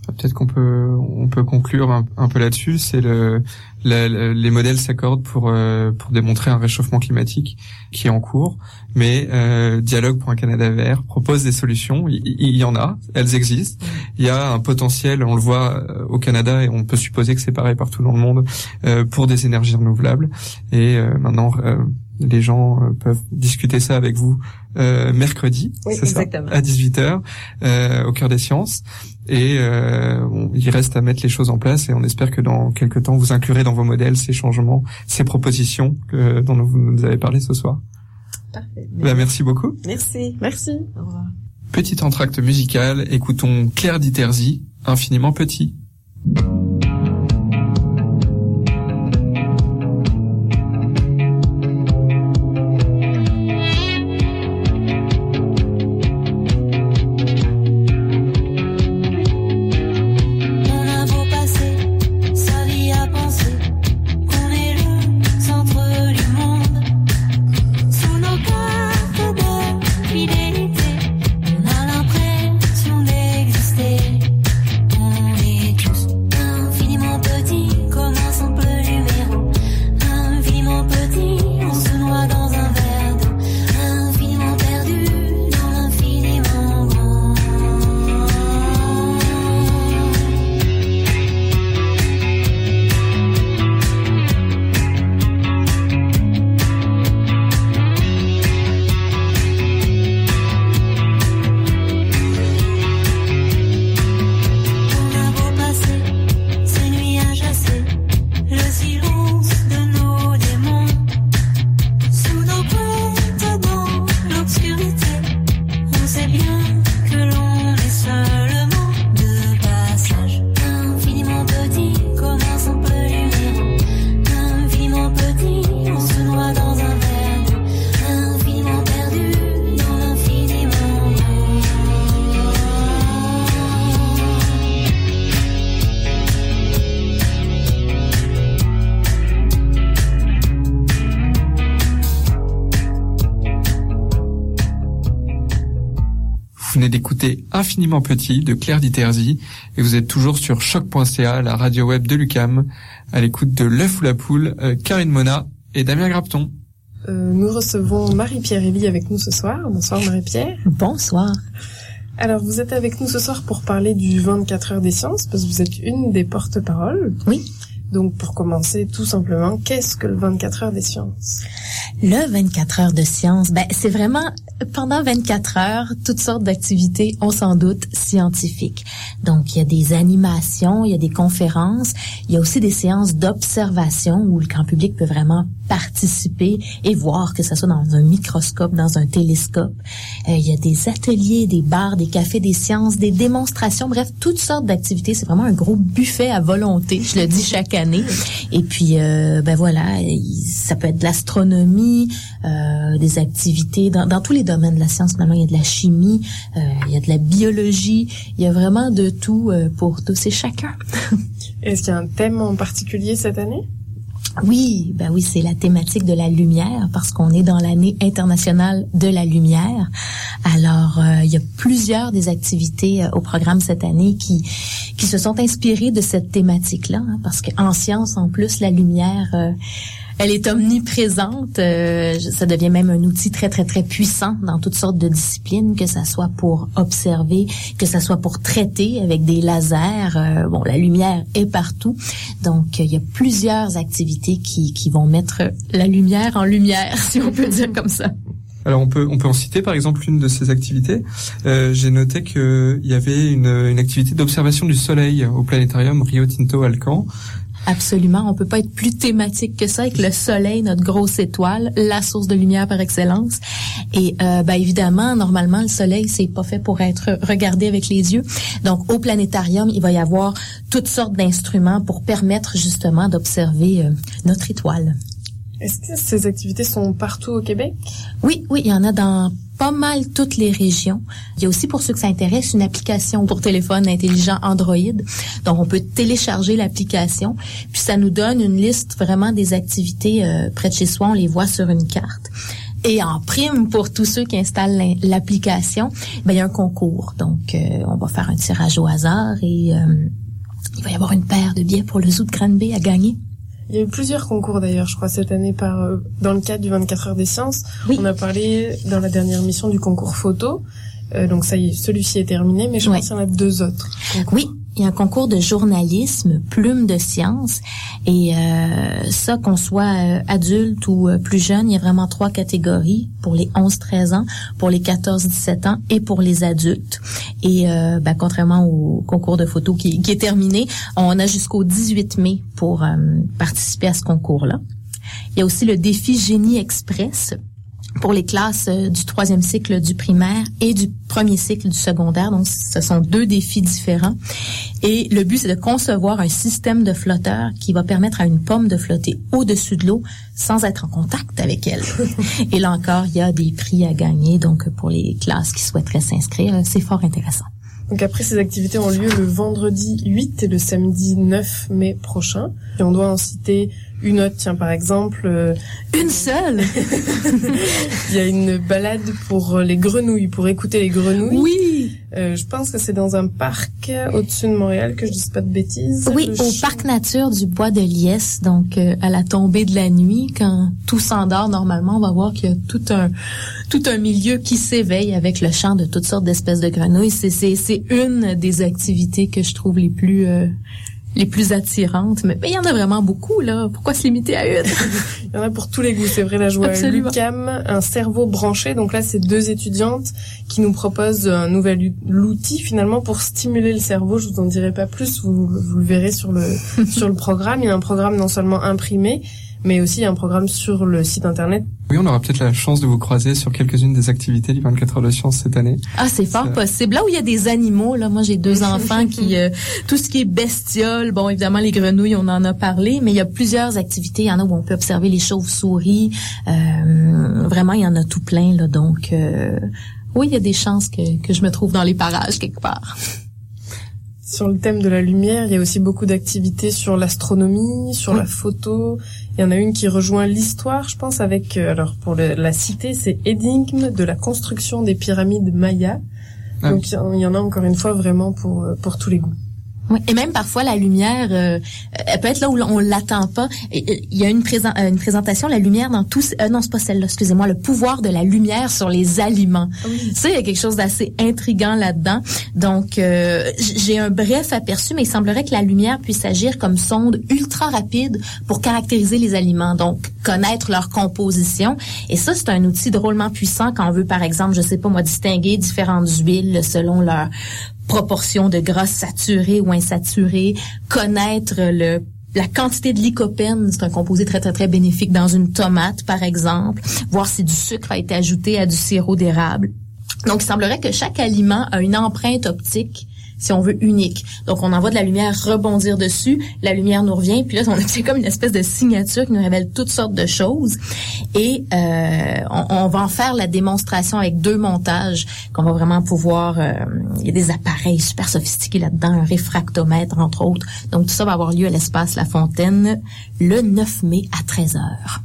Peut-être qu'on peut on peut conclure un, un peu là-dessus. C'est le la, la, les modèles s'accordent pour euh, pour démontrer un réchauffement climatique qui est en cours, mais euh, Dialogue pour un Canada vert propose des solutions. Il, il y en a, elles existent. Il y a un potentiel, on le voit au Canada et on peut supposer que c'est pareil partout dans le monde euh, pour des énergies renouvelables. Et euh, maintenant. Euh, Les gens euh, peuvent discuter ça avec vous euh, mercredi, oui, c'est ça, à dix-huit heures, euh, au Cœur des Sciences. Et euh, on, il reste à mettre les choses en place et on espère que dans quelques temps, vous inclurez dans vos modèles ces changements, ces propositions que, dont vous nous avez parlé ce soir. Parfait. Ben, merci beaucoup. Merci. Merci. Au revoir. Petit entracte musical, écoutons Claire Diterzi, Infiniment petit. Vous venez d'écouter Infiniment petit de Claire Diterzi et vous êtes toujours sur choc point c a, la radio web de l'U Q A M, à l'écoute de L'œuf ou la poule, euh, Karine Mona et Damien Grapton. Euh, nous recevons Marie-Pierre Elie avec nous ce soir. Bonsoir Marie-Pierre. Bonsoir. Alors vous êtes avec nous ce soir pour parler du vingt-quatre heures des sciences parce que vous êtes une des porte-paroles. Oui. Donc pour commencer tout simplement, qu'est-ce que le vingt-quatre heures des sciences? Le vingt-quatre heures de sciences, ben c'est vraiment pendant vingt-quatre heures, toutes sortes d'activités, on s'en doute, scientifiques. Donc il y a des animations, il y a des conférences, il y a aussi des séances d'observation où le grand public peut vraiment participer et voir, que ce soit dans un microscope, dans un télescope. Euh, il y a des ateliers, des bars, des cafés des sciences, des démonstrations, bref, toutes sortes d'activités. C'est vraiment un gros buffet à volonté, je le dis chaque année. Et puis, euh, ben voilà, ça peut être de l'astronomie, euh, des activités dans, dans tous les domaines de la science. Maintenant, il y a de la chimie, euh, il y a de la biologie, il y a vraiment de tout euh, pour tous et chacun. Est-ce qu'il y a un thème en particulier cette année? Oui, ben oui, c'est la thématique de la lumière parce qu'on est dans l'année internationale de la lumière. Alors, euh, il y a plusieurs des activités euh, au programme cette année qui qui se sont inspirées de cette thématique-là, hein, parce qu'en science, en plus, la lumière, euh, elle est omniprésente. Euh, ça devient même un outil très, très, très puissant dans toutes sortes de disciplines, que ça soit pour observer, que ça soit pour traiter avec des lasers. Euh, bon, la lumière est partout. Donc, il y a plusieurs activités qui, qui vont mettre la lumière en lumière, si on peut dire comme ça. Alors on peut on peut en citer par exemple une de ces activités. Euh, j'ai noté que il y avait une une activité d'observation du soleil au planétarium Rio Tinto Alcan. Absolument, on peut pas être plus thématique que ça avec le soleil, notre grosse étoile, la source de lumière par excellence. Et euh, ben évidemment, normalement le soleil c'est pas fait pour être regardé avec les yeux. Donc au planétarium, il va y avoir toutes sortes d'instruments pour permettre justement d'observer euh, notre étoile. Est-ce que ces activités sont partout au Québec? Oui, oui, il y en a dans pas mal toutes les régions. Il y a aussi, pour ceux que ça intéresse, une application pour téléphone intelligent Android. Donc, on peut télécharger l'application, puis ça nous donne une liste vraiment des activités euh, près de chez soi. On les voit sur une carte. Et en prime, pour tous ceux qui installent l'application, ben il y a un concours. Donc, euh, on va faire un tirage au hasard et euh, il va y avoir une paire de billets pour le zoo de Granby à gagner. Il y a eu plusieurs concours d'ailleurs, je crois, cette année par euh, dans le cadre du vingt-quatre heures des sciences. Oui. On a parlé dans la dernière mission du concours photo. Euh, donc ça y est, celui-ci est terminé, mais je ouais. pense qu'il y en a deux autres concours. Oui. Il y a un concours de journalisme, plume de science, et euh, ça, qu'on soit euh, adulte ou euh, plus jeune, il y a vraiment trois catégories pour les onze treize ans, pour les quatorze dix-sept ans et pour les adultes. Et euh, ben, contrairement au concours de photo qui, qui est terminé, on a jusqu'au dix-huit mai pour euh, participer à ce concours-là. Il y a aussi le défi Génie Express pour les classes euh, du troisième cycle du primaire et du premier cycle du secondaire. Donc, ce sont deux défis différents. Et le but, c'est de concevoir un système de flotteur qui va permettre à une pomme de flotter au-dessus de l'eau sans être en contact avec elle. Et là encore, il y a des prix à gagner. Donc, pour les classes qui souhaiteraient s'inscrire, c'est fort intéressant. Donc après, ces activités ont lieu le vendredi huit et le samedi neuf mai prochain. Et on doit en citer une autre, tiens, par exemple... Euh, une seule. Il y a une balade pour les grenouilles, pour écouter les grenouilles. Oui. Euh, je pense que c'est dans un parc au-dessus de Montréal, que je dise pas de bêtises. Oui, au ch... parc nature du Bois de Liesse, donc euh, à la tombée de la nuit, quand tout s'endort normalement, on va voir qu'il y a tout un tout un milieu qui s'éveille avec le chant de toutes sortes d'espèces de grenouilles. C'est c'est c'est une des activités que je trouve les plus euh, les plus attirantes, mais il y en a vraiment beaucoup, là. Pourquoi se limiter à une? Il y en a pour tous les goûts, c'est vrai. Là, je vois Lucam, un cerveau branché. Donc là, c'est deux étudiantes qui nous proposent un nouvel outil, finalement, pour stimuler le cerveau. Je vous en dirai pas plus, vous, vous le verrez sur le, sur le programme. Il y a un programme non seulement imprimé, mais aussi un programme sur le site internet. Oui, on aura peut-être la chance de vous croiser sur quelques-unes des activités du vingt-quatre heures de science cette année. Ah, c'est fort c'est... possible. Là où il y a des animaux, là, moi j'ai deux enfants qui, euh, tout ce qui est bestiole, bon, évidemment les grenouilles, on en a parlé, mais il y a plusieurs activités. Il y en a où on peut observer les chauves-souris. Euh, vraiment, il y en a tout plein, là. Donc, euh, oui, il y a des chances que, que je me trouve dans les parages quelque part. Sur le thème de la lumière, il y a aussi beaucoup d'activités sur l'astronomie, sur oui. la photo. Il y en a une qui rejoint l'histoire, je pense, avec, euh, alors pour le, la cité, c'est Énigme de la construction des pyramides mayas. Ah. Donc il y en a encore une fois vraiment pour pour tous les goûts. Oui, et même parfois la lumière, euh, elle peut être là où on l'attend pas. Il y a une, présent, une présentation, la lumière dans tous. Euh, non, c'est pas celle-là. Excusez-moi, le pouvoir de la lumière sur les aliments. Oui. Ça, il y a quelque chose d'assez intriguant là-dedans. Donc, euh, j'ai un bref aperçu, mais il semblerait que la lumière puisse agir comme sonde ultra rapide pour caractériser les aliments. Donc, connaître leur composition. Et ça, c'est un outil drôlement puissant quand on veut, par exemple, je sais pas moi, distinguer différentes huiles selon leur proportion de gras saturé ou insaturé, connaître le la quantité de lycopène, c'est un composé très très très bénéfique dans une tomate par exemple, voir si du sucre a été ajouté à du sirop d'érable. Donc il semblerait que chaque aliment a une empreinte optique, si on veut, unique. Donc, on envoie de la lumière rebondir dessus, la lumière nous revient, puis là, on a c'est comme une espèce de signature qui nous révèle toutes sortes de choses. Et euh, on, on va en faire la démonstration avec deux montages qu'on va vraiment pouvoir... Euh, il y a des appareils super sophistiqués là-dedans, un réfractomètre, entre autres. Donc, tout ça va avoir lieu à l'espace La Fontaine le neuf mai à treize heures.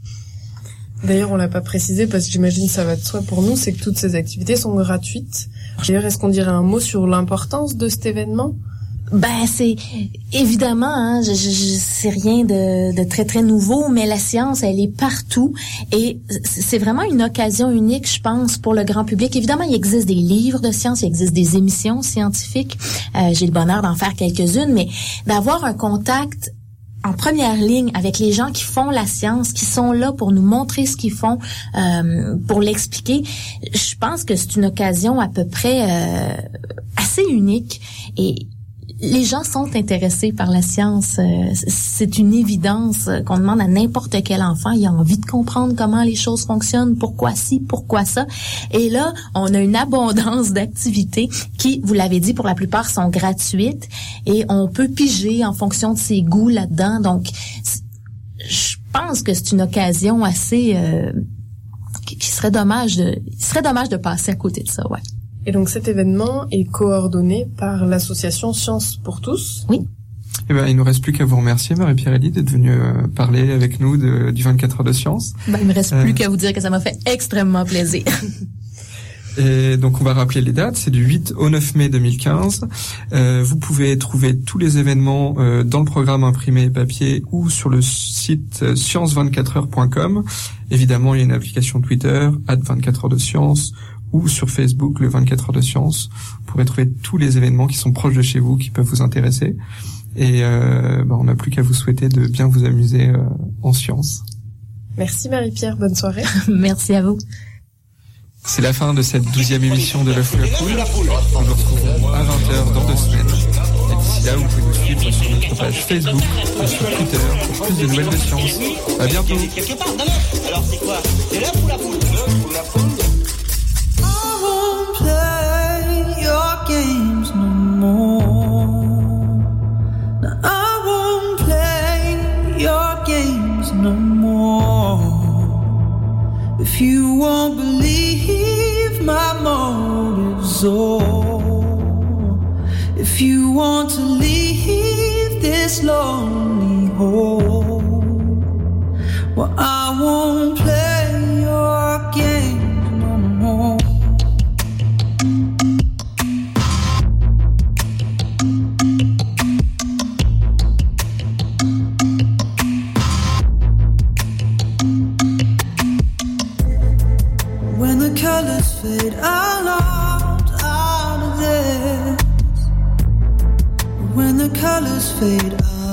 D'ailleurs, on l'a pas précisé parce que j'imagine que ça va de soi pour nous, c'est que toutes ces activités sont gratuites. D'ailleurs, est-ce qu'on dirait un mot sur l'importance de cet événement? Ben, c'est évidemment, hein, je, je, je, c'est rien de, de très très nouveau, mais la science, elle est partout et c'est vraiment une occasion unique, je pense, pour le grand public. Évidemment, il existe des livres de science, il existe des émissions scientifiques. Euh, j'ai le bonheur d'en faire quelques-unes, mais d'avoir un contact en première ligne avec les gens qui font la science, qui sont là pour nous montrer ce qu'ils font, euh, pour l'expliquer. Je pense que c'est une occasion à peu près euh, assez unique et les gens sont intéressés par la science. C'est une évidence qu'on demande à n'importe quel enfant. Il a envie de comprendre comment les choses fonctionnent, pourquoi ci, pourquoi ça. Et là, on a une abondance d'activités qui, vous l'avez dit, pour la plupart sont gratuites et on peut piger en fonction de ses goûts là-dedans. Donc, je pense que c'est une occasion assez... Euh, qui serait dommage de... Il serait dommage de passer à côté de ça, ouais. Et donc cet événement est coordonné par l'association Science pour tous. Oui. Eh ben, il nous reste plus qu'à vous remercier, Marie-Pierre Elie, d'être venue euh, parler avec nous de, du vingt-quatre heures de science. Ben, il me reste Euh, plus qu'à vous dire que ça m'a fait extrêmement plaisir. Et donc on va rappeler les dates, c'est du huit au neuf mai deux mille quinze. Euh, vous pouvez trouver tous les événements euh, dans le programme imprimé et papier ou sur le site science vingt-quatre heures point com. Évidemment, il y a une application Twitter, arobase vingt-quatre heures de science, ou sur Facebook, le vingt-quatre heures de science. Vous pourrez trouver tous les événements qui sont proches de chez vous, qui peuvent vous intéresser. Et euh, bah, on n'a plus qu'à vous souhaiter de bien vous amuser euh, en sciences. Merci Marie-Pierre, bonne soirée. Merci à vous. C'est la fin de cette douzième émission de l'œuf ou la poule. Nous nous retrouvons à vingt heures dans deux semaines. Et d'ici là, vous pouvez nous suivre sur notre page Facebook et sur Twitter pour plus de nouvelles de sciences. À bientôt. Quelque part, d'un œuf. Alors c'est quoi? C'est l'œuf ou la poule? L'œuf ou la poule? I won't play your games no more. No, I won't play your games no more. If you won't believe my motives, or if you want to leave this lonely home, well, I won't play your game no more. When the colors fade out, out of this. When the colors fade out.